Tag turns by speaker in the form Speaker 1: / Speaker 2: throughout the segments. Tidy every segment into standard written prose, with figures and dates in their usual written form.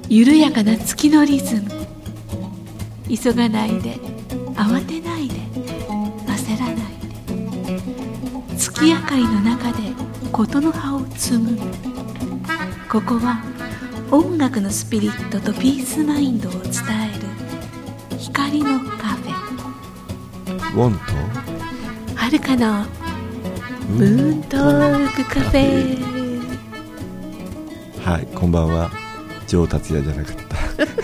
Speaker 1: 緩やかな月のリズム。急がないで、慌てないで、焦らないで。月明かりの中で事の葉を紡ぐ。ここは音楽のスピリットとピースマインドを伝える光のカフェ。
Speaker 2: ウォンと
Speaker 1: はるかのムーントークカフェ。
Speaker 2: はい、こんばんは。城達也じゃなかった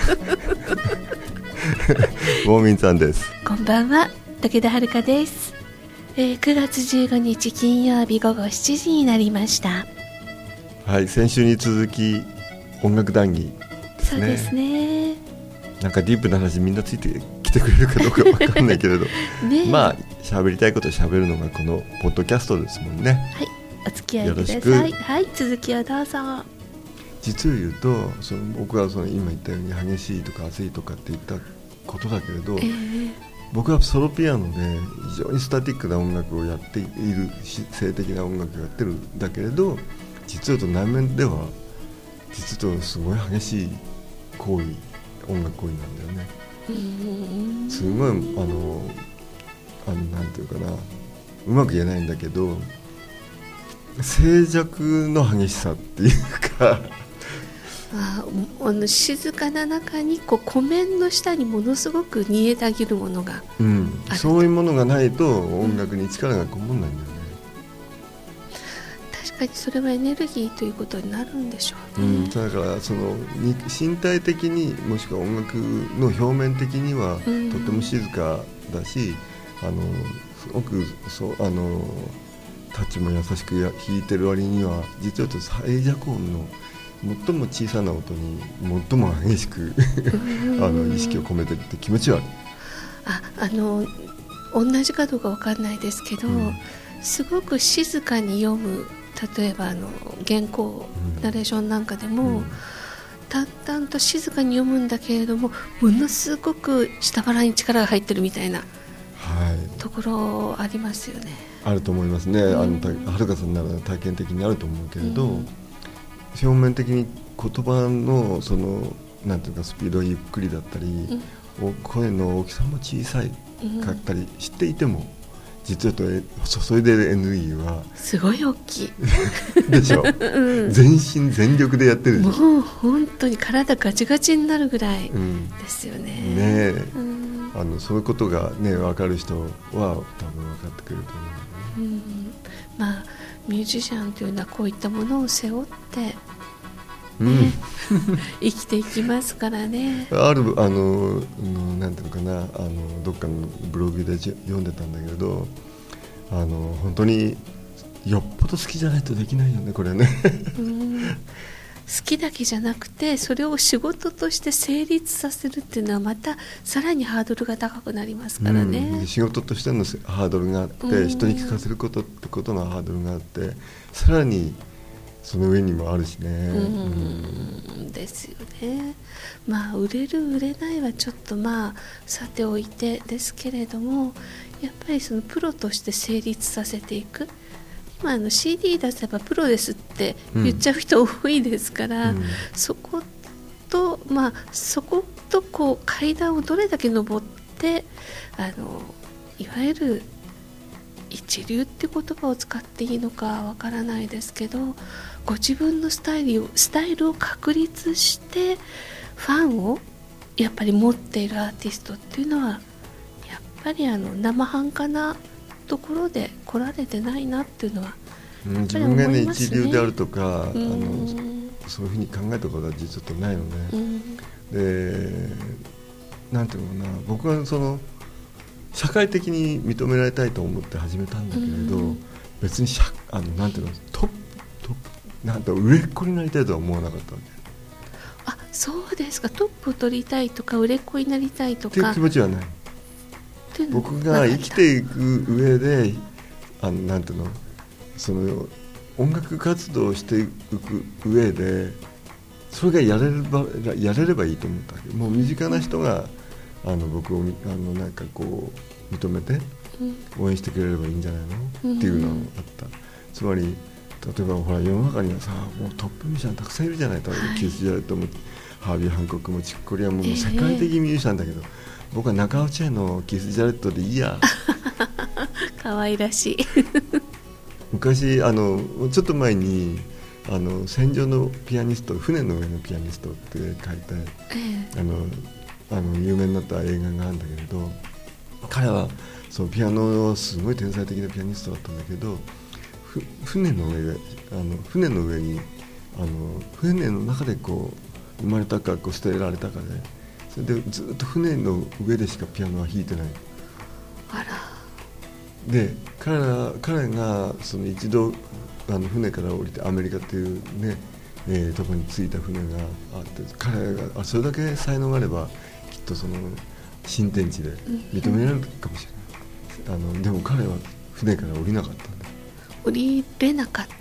Speaker 2: ウォーミンさんです。
Speaker 1: こんばんは、武田遥です。9月15日金曜日午後7時になりました。
Speaker 2: はい、先週に続き音楽談義ですね。
Speaker 1: そうですね。
Speaker 2: なんかディープな話みんなついてきてくれるかどうか分かんないけれど
Speaker 1: ね、
Speaker 2: まあ喋りたいことを喋るのがこのポッドキャストですもんね。
Speaker 1: はい、お付き合いください。
Speaker 2: よろしく。
Speaker 1: はい、続きをどうぞ。
Speaker 2: 実を言うと僕は今言ったように激しいとか熱いとかって言ったことだけれど、僕はソロピアノで非常にスタティックな音楽をやっている、性的な音楽をやってるんだけれど、実はと内面では実とすごい激しい行為、音楽行為なんだよね。すごいなんていうかな、うまく言えないんだけど静寂の激しさっていうか
Speaker 1: 静かな中に湖面の下にものすごく煮えたぎるものがある、
Speaker 2: そういうものがないと音楽に力がこもんないんだよね。
Speaker 1: 確かにそれはエネルギーということになるんでしょうね。
Speaker 2: だから身体的にもしくは音楽の表面的にはとても静かだし、すごくタッチも優しく弾いてる割には実は言うと最弱音の最も小さな音に最も激しく意識を込めてるって気持ちはある。
Speaker 1: 同じかどうか分かんないですけど、すごく静かに読む、例えば原稿、ナレーションなんかでも、淡々と静かに読むんだけれどもものすごく下腹に力が入ってるみたいな、ところありますよね。
Speaker 2: あると思いますね。はるかさんなら体験的にあると思うけれど、表面的に言葉のなんていうかスピードがゆっくりだったり、声の大きさも小さいかったりしていても、実は注いでるエネルギーは
Speaker 1: すごい大きい
Speaker 2: でしょ、全身全力でやってる。
Speaker 1: もう本当に体ガチガチになるぐらいですよね。
Speaker 2: そういうことがね分かる人は多分分かってくれると思う。
Speaker 1: まあミュージシャンというのはこういったものを背負って、生きていきますからね。
Speaker 2: なんていうのかな、どっかのブログで読んでたんだけれど、本当によっぽど好きじゃないとできないよね、これね。
Speaker 1: 好きだけじゃなくてそれを仕事として成立させるっていうのはまたさらにハードルが高くなりますからね。
Speaker 2: 仕事としてのハードルがあって、人に聞かせることってことのハードルがあって、さらにその上にもあるしね。
Speaker 1: ですよね。売れる売れないはちょっとさておいてですけれども、やっぱりプロとして成立させていく。CD 出せばプロですって言っちゃう人多いですから、そこと階段をどれだけ登っていわゆる一流って言葉を使っていいのかわからないですけど、ご自分のスタイルを確立してファンをやっぱり持っているアーティストっていうのはやっぱり生半可なところで来られてないなっていうのは
Speaker 2: 自分が一流であるとか、そういうふうに考えたことは実はないのね。で、なんていうのかな、僕は社会的に認められたいと思って始めたんだけれど、別になんていうの、なんて売れっ子になりたいとは思わなかったわけ。
Speaker 1: そうですか。トップを取りたいとか売れっ子になりたいとか
Speaker 2: っていう気持ちはない。僕が生きていく上でなんていうの、音楽活動をしていく上でそれがやれればいいと思ったわけ。もう身近な人が僕をなんかこう認めて応援してくれればいいんじゃないの、っていうのがあった。つまり例えばほら世の中にはさ、もうトップミュージシャンたくさんいるじゃないと、キース・ジャレットもハービー・ハンコックもチック・コリアンも世界的ミュージシャンだけど、僕は中尾チェのキス・ジャレットでいいや
Speaker 1: 可愛らしい
Speaker 2: 昔ちょっと前に戦場のピアニスト、船の上のピアニストって書いて、有名になった映画があるんだけれど、彼はそのピアノすごい天才的なピアニストだったんだけど、船の上に船の中でこう生まれたかこう捨てられたかで、それでずっと船の上でしかピアノは弾いてない。
Speaker 1: あら。
Speaker 2: で彼がその一度船から降りてアメリカっていうね、ところに着いた船があって、彼がそれだけ才能があればきっとその新天地で認められるかもしれない、でも彼は船から降りなかったんだ。
Speaker 1: 降りれなかった。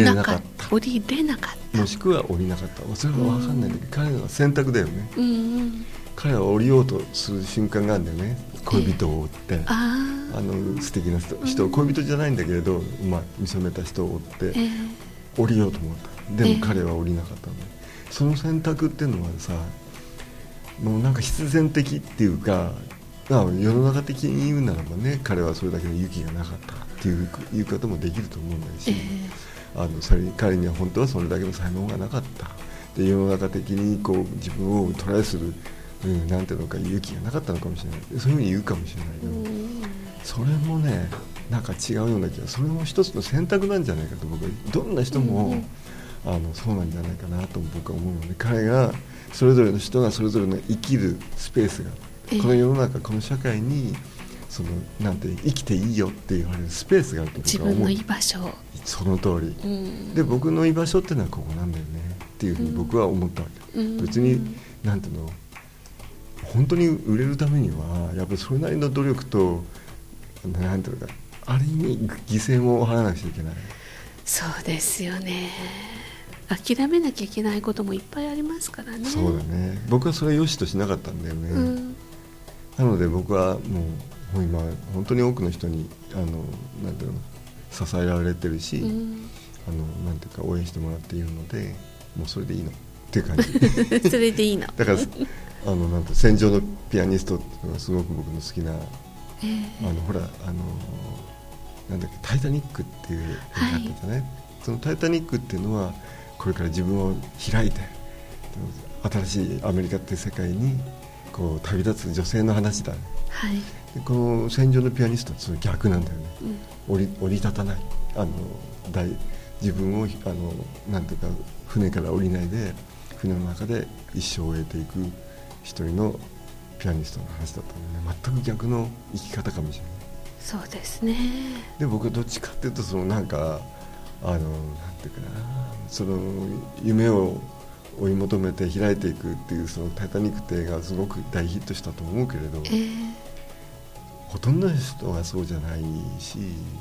Speaker 2: もしくは降りなかった。それは分かんないんだけど、彼の選択だよね、彼は降りようとする瞬間があるんだよね。恋人を追って、素敵な人、恋人じゃないんだけれど、見初めた人を追って、降りようと思った。でも彼は降りなかったんだ、その選択っていうのはさ、もうなんか必然的っていうか、世の中的に言うならばね、彼はそれだけの勇気がなかったっていう言い方もできると思うんだし、彼には本当はそれだけの才能がなかった。で世の中的にこう自分をトライする、なんていうのか勇気がなかったのかもしれない。そういうふうに言うかもしれないけど、それもねなんか違うような気が、それも一つの選択なんじゃないかと僕は、どんな人も、そうなんじゃないかなと僕は思うので、彼がそれぞれの人がそれぞれの生きるスペースが、この世の中この社会になんて生きていいよって言われるスペースがあると僕は思う。
Speaker 1: 自分の居場所。
Speaker 2: その通り、で僕の居場所ってのはここなんだよねっていうふうに僕は思ったわけ、別になんていうの、本当に売れるためにはやっぱりそれなりの努力となんていうか、ある意味犠牲も払わなくちゃいけない。
Speaker 1: そうですよね。諦めなきゃいけないこともいっぱいありますからね。
Speaker 2: そうだね。僕はそれを良しとしなかったんだよね、なので僕はもう今本当に多くの人になんていうの、支えられてるし、なんていうか応援してもらっているので、もうそれでいいのっていう感じ
Speaker 1: それでいいの
Speaker 2: だからなんて戦場のピアニストっていうのはすごく僕の好きな、ほらなんだっけ、タイタニックっていう映画があったじゃない、そのタイタニックっていうのはこれから自分を開いて新しいアメリカっていう世界にこう旅立つ女性の話だ、でこの戦場のピアニストはその逆なんだよね、降り立たない、自分をなんていうか船から降りないで船の中で一生を終えていく一人のピアニストの話だったので、全く逆の生き方かもしれない。
Speaker 1: そうですね。
Speaker 2: で僕はどっちかっていうとなんかなんていうかな、夢を追い求めて開いていくっていうそのタイタニックって映画はすごく大ヒットしたと思うけれど、ほとんどの人がそうじゃないし、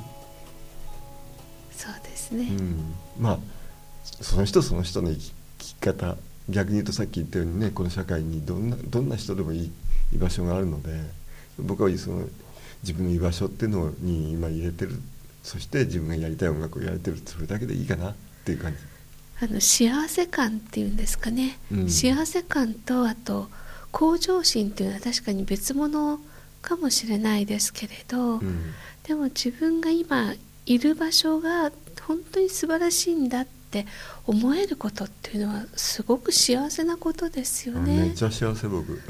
Speaker 1: そうですね、
Speaker 2: その人その人の生き方、逆に言うとさっき言ったようにね、この社会にどんな人でもいい居場所があるので、僕はその自分の居場所っていうのに今入れてる、そして自分がやりたい音楽をやれてる、それだけでいいかなっていう感じ。
Speaker 1: 幸せ感っていうんですかね、幸せ感とあと向上心っていうのは確かに別物かもしれないですけれど、でも自分が今いる場所が本当に素晴らしいんだって思えることっていうのはすごく幸せなことですよね。
Speaker 2: めっちゃ幸せ僕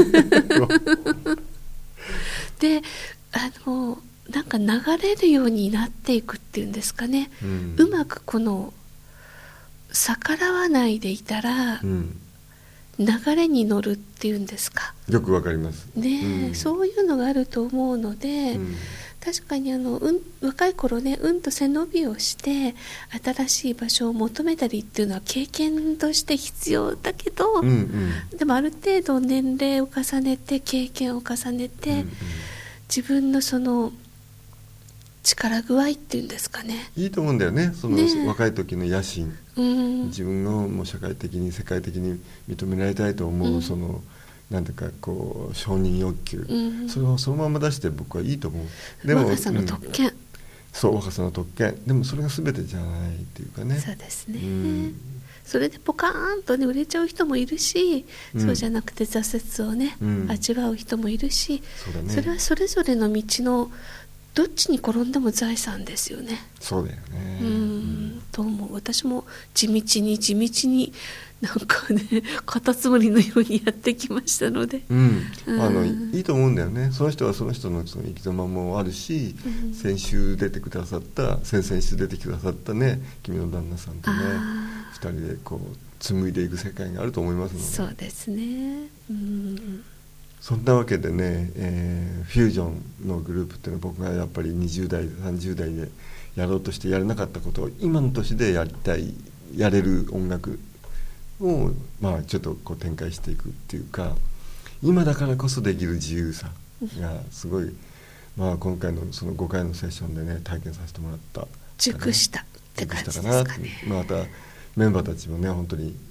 Speaker 1: でなんか流れるようになっていくっていうんですかね、うまくこの逆らわないでいたら、流れに乗るっていうんですか、
Speaker 2: よくわかります
Speaker 1: ね、そういうのがあると思うので、確かに若い頃ね、と背伸びをして新しい場所を求めたりっていうのは経験として必要だけど、でもある程度年齢を重ねて経験を重ねて、自分のその力具合っていうんですかね、
Speaker 2: いいと思うんだよね、若い時の野心、自分のもう社会的に世界的に認められたいと思う、なんていうかこう承認欲求、それをそのまま出して僕はいいと思う。でも
Speaker 1: 若さの特権、
Speaker 2: そう若さの特権、でもそれが全てじゃないっていうかね。
Speaker 1: そうですね、それでポカーンとね売れちゃう人もいるし、そうじゃなくて挫折をね、味わう人もいるし、
Speaker 2: そうだね、
Speaker 1: それはそれぞれの道のどっちに転んでも財産ですよね。
Speaker 2: そうだよね。
Speaker 1: と思う。私も地道になんかねカタツムリのようにやってきましたので、
Speaker 2: いいと思うんだよね。その人はその人のその生き様もあるし、先週出てくださった先々週出てくださったね君の旦那さんとね2人でこう紡いでいく世界があると思いますので。
Speaker 1: そうですね。
Speaker 2: そんなわけでね、フュージョンのグループっていうのは僕がやっぱり20代30代でやろうとしてやれなかったことを今の年でやれる音楽を、ちょっとこう展開していくっていうか、今だからこそできる自由さがすごい、今回のその5回のセッションでね体験させてもらった、
Speaker 1: 熟したって感じですかね。
Speaker 2: またメンバーたちもね本当に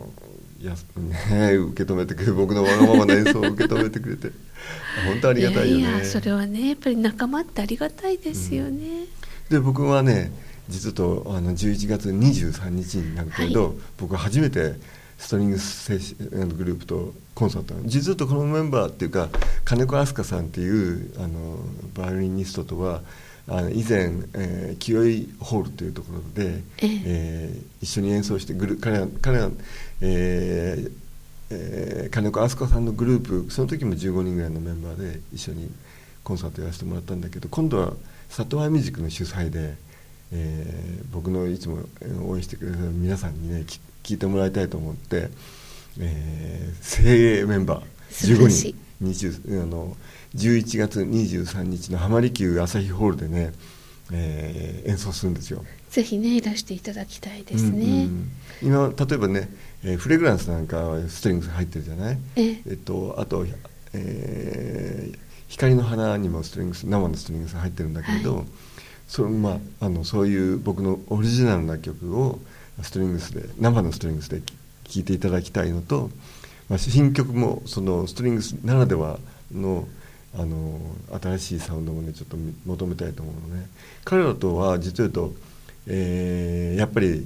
Speaker 2: 受け止めてくれる、僕のわがままな演奏を受け止めてくれて本当ありがたいよね。
Speaker 1: いやそれはねやっぱり仲間ってありがたいですよね。
Speaker 2: で僕はね実と11月23日になるけれど、僕は初めてストリングスグループとコンサート、実とこのメンバーっていうか金子飛鳥さんっていうバイオリニストとは以前、清井ホールというところで、一緒に演奏して彼は、金子飛鳥さんのグループ、その時も15人ぐらいのメンバーで一緒にコンサートやらせてもらったんだけど、今度はサトワミュージックの主催で、僕のいつも応援してくれる皆さんにね聞いてもらいたいと思って、精鋭メンバー15人11月23日の浜離宮朝日ホールでね、演奏するんですよ。
Speaker 1: ぜひねいらしていただきたいですね。
Speaker 2: 今例えばね、フレグランスなんかはストリングス入ってるじゃない、あと、光の花にも生のストリングス入ってるんだけれど、そういう僕のオリジナルな曲を生のストリングスで聴いていただきたいのと、新曲もそのストリングスならではの新しいサウンドもねちょっと求めたいと思うのね。彼らとは実を言うと、やっぱり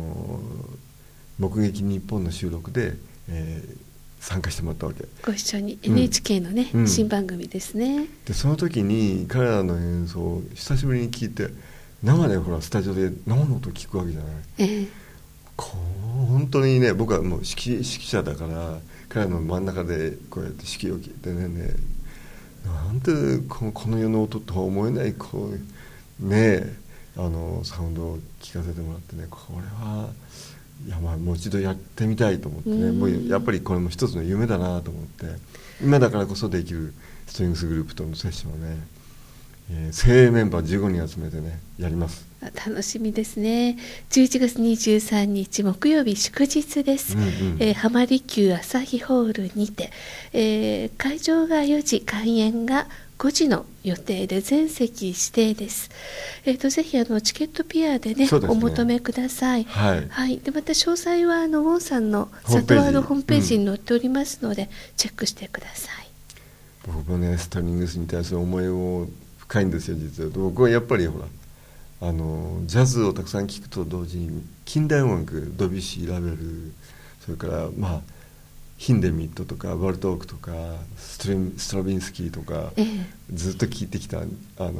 Speaker 2: 目撃日本の収録で、参加してもらったわけ。
Speaker 1: ご一緒に NHK のね、新番組ですね。
Speaker 2: でその時に彼らの演奏を久しぶりに聞いて、生でほらスタジオで生の音を聞くわけじゃない、本当にね、僕はもう指揮者だから彼らの真ん中でこうやって指揮を聞いてね、なんてこの世の音とは思えないこうねサウンドを聞かせてもらってね、これはいやもう一度やってみたいと思ってね、もうやっぱりこれも一つの夢だなと思って、今だからこそできるストリングスグループとのセッションをね、精鋭メンバー15人集めてねやります。
Speaker 1: 楽しみですね。11月23日木曜日祝日です。浜離宮朝日ホールにて、会場が4時開演が5時の予定で全席指定です。ぜひチケットピアでねお求めください。でまた詳細はウォンさんのサトワードホームページに載っておりますので、チェックしてください。
Speaker 2: 僕もねストリングスに対する思いを深いんですよ。実は僕はやっぱりほらジャズをたくさん聴くと同時に近代音楽、ドビュッシー、ラベル、それからヒンデミットとかバルトークとかストラビンスキーとか、ずっと聴いてきた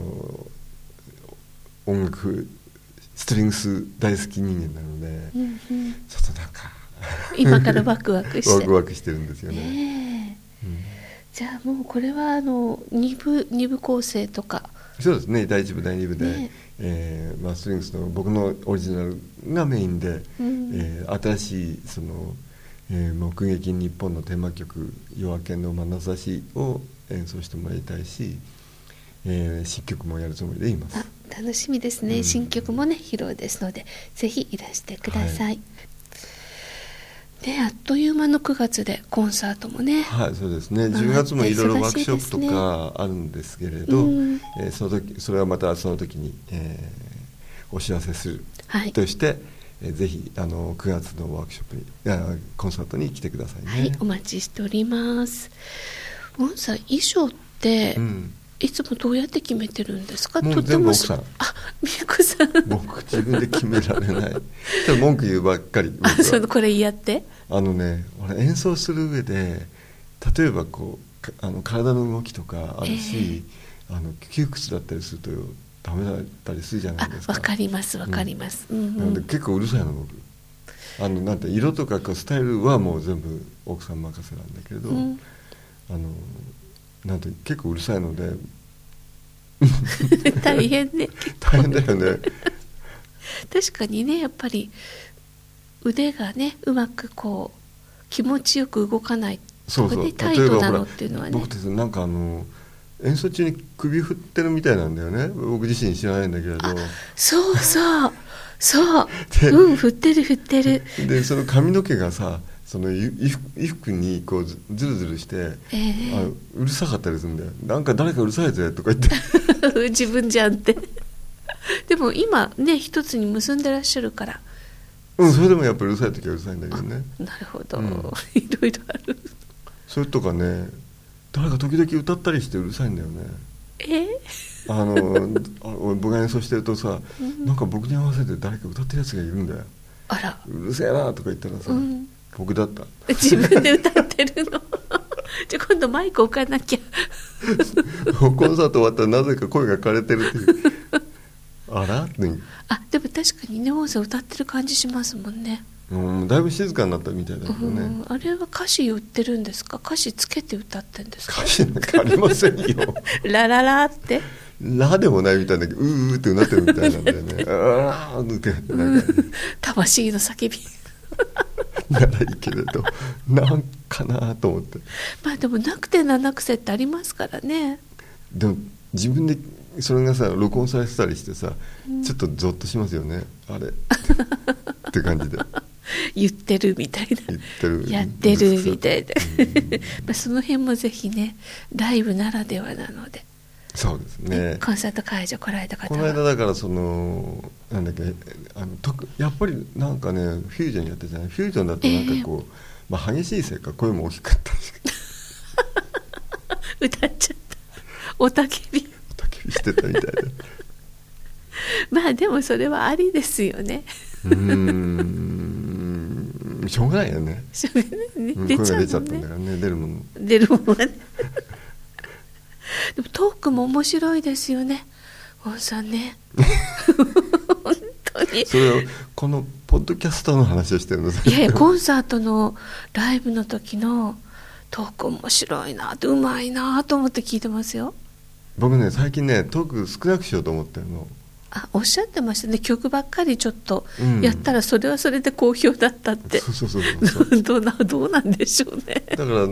Speaker 2: 音楽ストリングス大好き人間なので、ちょっとなんか
Speaker 1: 今からワクワクして
Speaker 2: ワクワクしてるんですよね。
Speaker 1: じゃあもうこれは2部構成とか。
Speaker 2: そうですね、第1部第2部で、ストリングスの僕のオリジナルがメインで、新しいその、目撃日本のテーマ曲夜明けの眼差しを演奏してもらいたいし、新曲もやるつもりでいます。
Speaker 1: 楽しみですね。新曲もね披露ですのでぜひいらしてください。あっという間の9月でコンサートもね。そうですね。
Speaker 2: 10月もいろいろワークショップとかあるんですけれど、それはまたその時に、お知らせするとして、ぜひ9月のワークショップにコンサートに来てくださいね。
Speaker 1: お待ちしております。ウォンさん、衣装って、 いつもどうやって決めてるんですか？
Speaker 2: もう全部奥さん。
Speaker 1: あ、美恵子さん。
Speaker 2: 僕自分で決められない文句言うばっかり。
Speaker 1: これやって
Speaker 2: 俺演奏する上で例えば体の動きとかあるし、窮屈だったりするとダメだったりするじゃないですか。
Speaker 1: わかりますわかります、
Speaker 2: なんで結構うるさいの僕。なんて色とかスタイルはもう全部奥さん任せなんだけど、なんて結構うるさいので
Speaker 1: 大変ね。
Speaker 2: 大変だよね。
Speaker 1: 確かにね、やっぱり腕がねうまく気持ちよく動かないとかね、タイトなのっていうのはね。
Speaker 2: 僕ってなんか演奏中に首振ってるみたいなんだよね。僕自身知らないんだけれど。
Speaker 1: そう振ってる
Speaker 2: でその髪の毛がさ、その衣服にズルズルして、うるさかったりするんだよ。なんか誰かうるさいぜとか言って
Speaker 1: 自分じゃんってでも今ね一つに結んでらっしゃるから、
Speaker 2: それでもやっぱりうるさい時はうるさいんだけどね。
Speaker 1: なるほど、いろいろある。
Speaker 2: それとかね、誰か時々歌ったりしてうるさいんだよね。僕が演奏してるとさ、なんか僕に合わせて誰か歌ってるやつがいるんだよ。
Speaker 1: あら、
Speaker 2: うるせえなとか言ったらさ、僕だった。
Speaker 1: 自分で歌ってるのじゃあ今度マイク置かなきゃ
Speaker 2: コンサート終わったらなぜか声が枯れてるっていうあら、
Speaker 1: でも確かにね、音声歌ってる感じしますもんね。
Speaker 2: だいぶ静かになったみたいだけどね。
Speaker 1: あれは歌詞言ってるんですか？歌詞つけて歌ってんですか？
Speaker 2: 歌詞なんかありませんよ
Speaker 1: ラララって
Speaker 2: ラでもないみたいだけど、うーってうなってるみたいなんだよねあーってなんか
Speaker 1: 魂の叫び
Speaker 2: ならいいけれど、なんかなと思って。
Speaker 1: まあでもなくて七癖ってありますからね。
Speaker 2: でも自分でそれがさ録音されてたりしてさ、ちょっとゾッとしますよね、あれって感じで
Speaker 1: 言ってるみたいな、やってるみたいなその辺もぜひね、ライブならではなので。
Speaker 2: そうですね。
Speaker 1: コンサート会場来られた方は
Speaker 2: この間だからなんだっけ、やっぱりなんかねフュージョンやってたじゃない。フュージョンだとなんか激しいせいか声も大きかったし
Speaker 1: 歌っちゃった、おたけび
Speaker 2: してたみたいで
Speaker 1: まあでもそれはありですよね。
Speaker 2: しょうがないよね。
Speaker 1: しょうがないね、
Speaker 2: 声が出ちゃったんだからね、出るもの
Speaker 1: はねでもトークも面白いですよね、ウォンさんね本当に。
Speaker 2: それをこのポッドキャストの話をしてるの。
Speaker 1: いやコンサートのライブの時のトーク面白いなって、うまいなと思って聞いてますよ。
Speaker 2: 僕ね最近ねトーク少なくしようと思ってるの。
Speaker 1: おっしゃってましたね、曲ばっかりちょっとやったらそれはそれで好評だったって。
Speaker 2: そう
Speaker 1: どうなんでしょうね。
Speaker 2: だから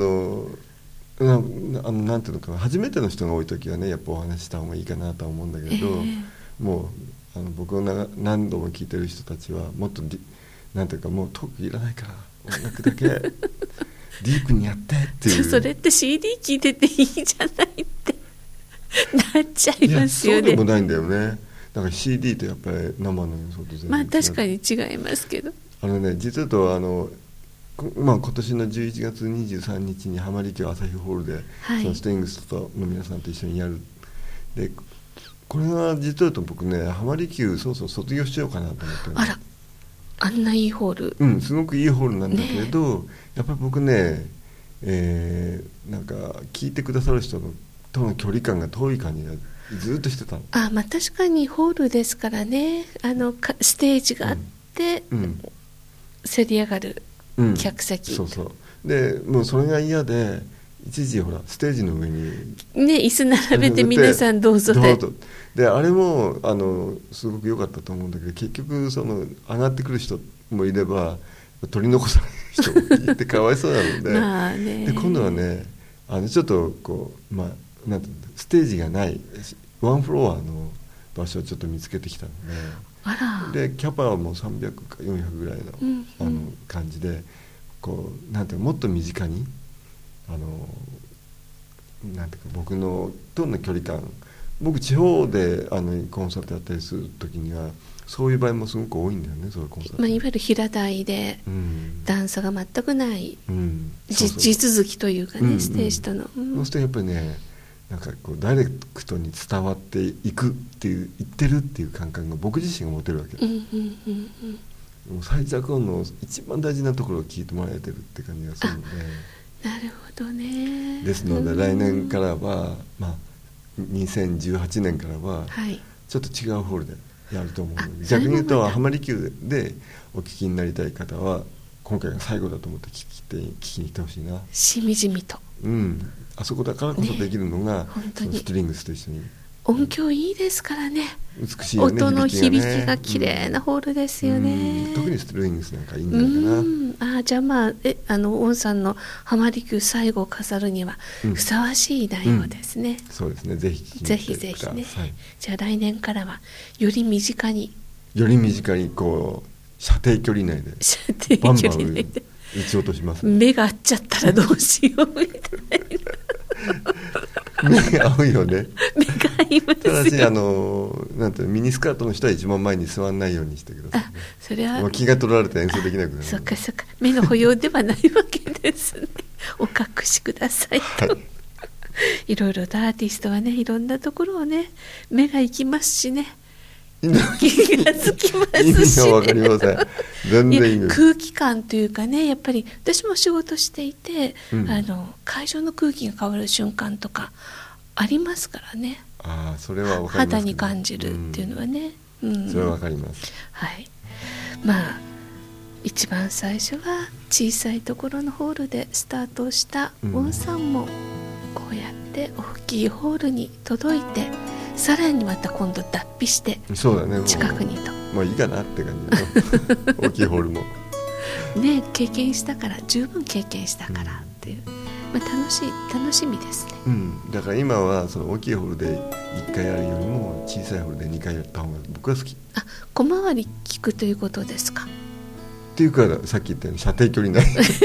Speaker 2: なんていうのかな、初めての人が多い時はねやっぱお話した方がいいかなとは思うんだけど、もう僕を何度も聞いてる人たちはもっとなんていうか、もうトークいらないから音楽だけディープにやってっていう。
Speaker 1: それって CD 聴いてていいじゃないってなっちゃいますよね。
Speaker 2: そうでもないんだよね。だから CD とやっぱり生の演奏と全然違う。
Speaker 1: まあ確かに違いますけど、
Speaker 2: 実はと今年の11月23日に浜離宮朝日ホールで、そのストリングスの皆さんと一緒にやる。でこれが実はと僕ね浜離宮そうそう卒業しようかなと思ってる。
Speaker 1: あら、あんないいホール、
Speaker 2: すごくいいホールなんだけれど、やっぱり僕ね、なんか聞いてくださる人との距離感が遠い感じがずっとしてたの。
Speaker 1: まあ確かにホールですからね、ステージがあって、せり上がる客席、
Speaker 2: そうでもうそれが嫌で、一時ほらステージの上に
Speaker 1: ね椅子並べて皆さんどうぞ
Speaker 2: であれもすごく良かったと思うんだけど、結局上がってくる人もいれば取り残される人もいてかわいそうなのでで今度はねちょっとなんていうの、ステージがないワンフロアの場所をちょっと見つけてきたので、キャパはもう300か400ぐらいの、感じでなんていうの、もっと身近になんていうか僕のとの距離感、僕地方でコンサートやったりする時にはそういう場合もすごく多いんだよね、そういうコンサート。
Speaker 1: いわゆる平台で段差が全くない、地続きというかね、ステージとの、
Speaker 2: そうするとやっぱりねなんかこうダイレクトに伝わっていくっていう言ってるっていう感覚が僕自身が持てるわけ、もう最弱音の一番大事なところを聞いてもらえてるって感じがするので、
Speaker 1: なるほどね。
Speaker 2: ですので来年からは、2018年からはちょっと違うホールでやると思うので、逆に言うと浜離宮でお聞きになりたい方は今回が最後だと思って聞きに来てほしいな。
Speaker 1: しみじみと、
Speaker 2: あそこだからこそできるのが、そのストリングスと一緒に
Speaker 1: 音響いいですからね。
Speaker 2: 美しいよね、
Speaker 1: 音の響きが綺麗なホールですよね。
Speaker 2: 特にストリングスなんかいいんじゃないかな。
Speaker 1: じゃあウォンさんの浜離宮最後を飾るにはふさわしい内容ですね。
Speaker 2: そうですね、ぜひ聞いてください。
Speaker 1: ね。じゃあ来年からはより身近に
Speaker 2: こう射程距離内でバンバン撃ち落とします、
Speaker 1: 目が合っちゃったらどうしようみたいな。
Speaker 2: 目が合うよね。
Speaker 1: 目が合いますよ。ただし
Speaker 2: なんてミニスカートの人は一番前に座らないようにしてください、ね。
Speaker 1: それは
Speaker 2: もう気が取られて演奏できなくなる。
Speaker 1: そっか目の保養ではないわけですね。お隠しくださいと、いろいろとアーティストはね、いろんなところをね、目が行きますしね、気がつきますし、ね、意味が
Speaker 2: 分かりません。全然いいです。
Speaker 1: 空気感というかね、やっぱり私も仕事していて、会場の空気が変わる瞬間とかありますからね。
Speaker 2: それは分かります、ね、
Speaker 1: 肌に感じるっていうのはね、
Speaker 2: それは分かります。
Speaker 1: 一番最初は小さいところのホールでスタートしたウォンさんもこうやって大きいホールに届いて、さらにまた今度脱皮して近くにと、
Speaker 2: もういいかなって感じの大きいホールも
Speaker 1: ね、経験したから、十分経験したからっていう、楽しみですね、
Speaker 2: だから今はその大きいホールで1回やるよりも小さいホールで2回やった方が僕は好き。
Speaker 1: 小回り聞くということですか。
Speaker 2: っていうか、さっき言ったように射程距離内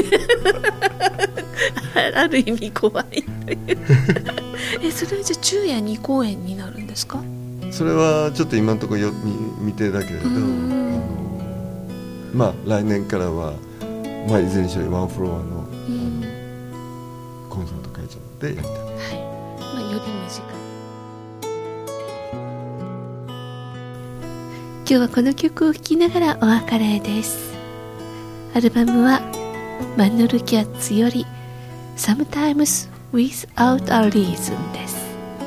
Speaker 1: ある意味怖いというそれはじゃあ昼夜2公演になるんですか。
Speaker 2: それはちょっと今のところ未定だけれど、来年からは、いずれにしろワンフロアの、コンサート会場でやりたい、
Speaker 1: より短い。今日はこの曲を聴きながらお別れです。アルバムはマヌルキャッツより Sometimes Without a Reason です。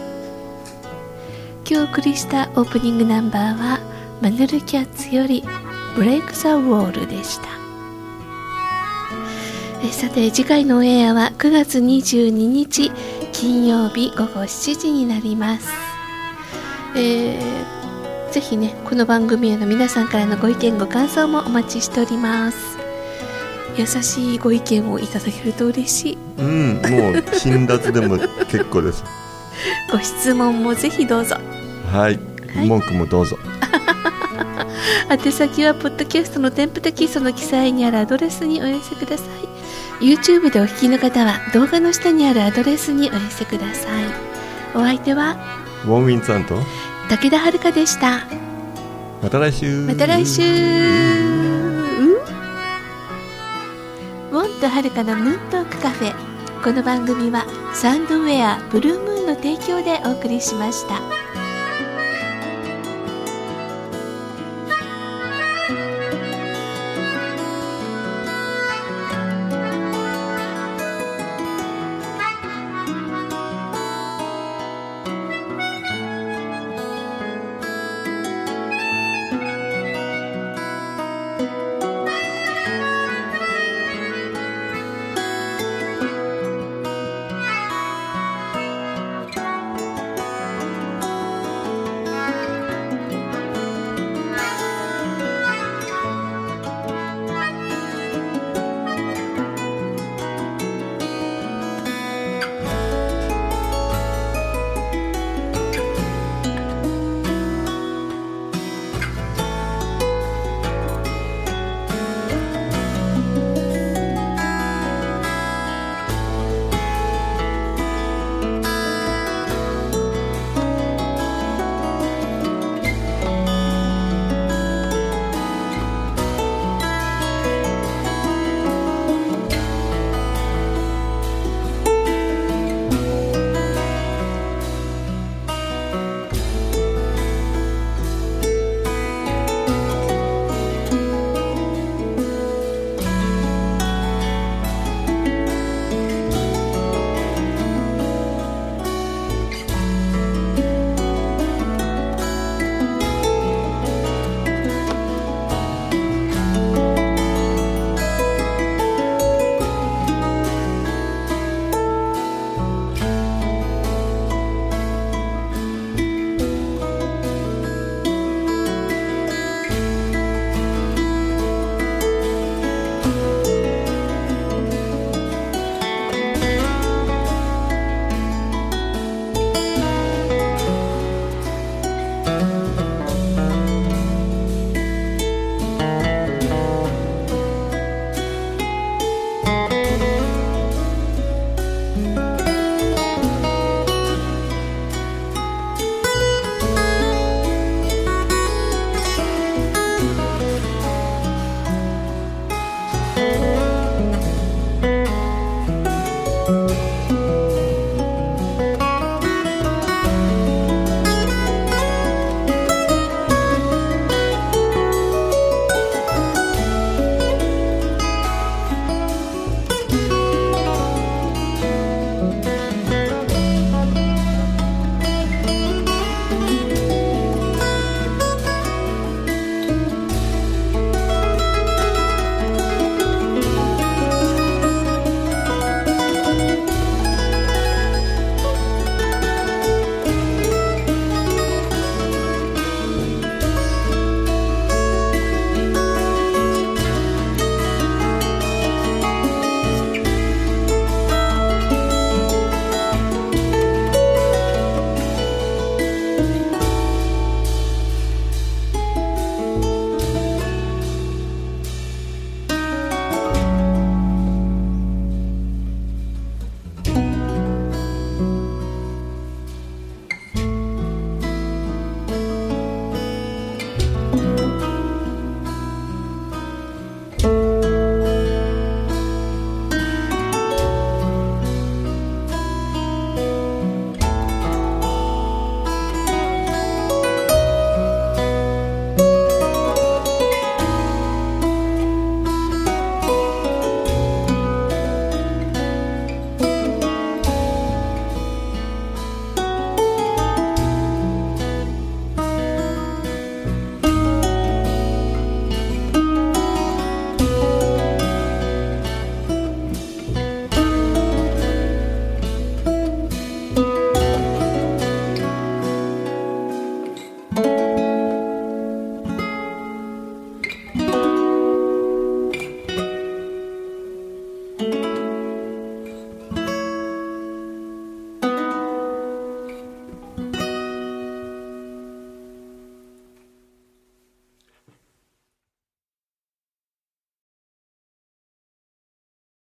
Speaker 1: 今日お送りしたオープニングナンバーはマヌルキャッツより Break the Wall でした。さて次回のオンエアは9月22日金曜日午後7時になります。ぜひね、この番組への皆さんからのご意見ご感想もお待ちしております。優しいご意見をいただけると嬉しい。
Speaker 2: もう辛辣でも結構です。
Speaker 1: ご質問もぜひどうぞ。
Speaker 2: 文句もどうぞ。
Speaker 1: 宛先はポッドキャストの添付テキストの記載にあるアドレスにお寄せください。 YouTube でお聞きの方は動画の下にあるアドレスにお寄せください。お相手は
Speaker 2: ウォンウィンさんと
Speaker 1: 武田遥でした。
Speaker 2: また来週。
Speaker 1: ウォンとはるかのムーントークカフェ。この番組はサンドウェアブルームーンの提供でお送りしました。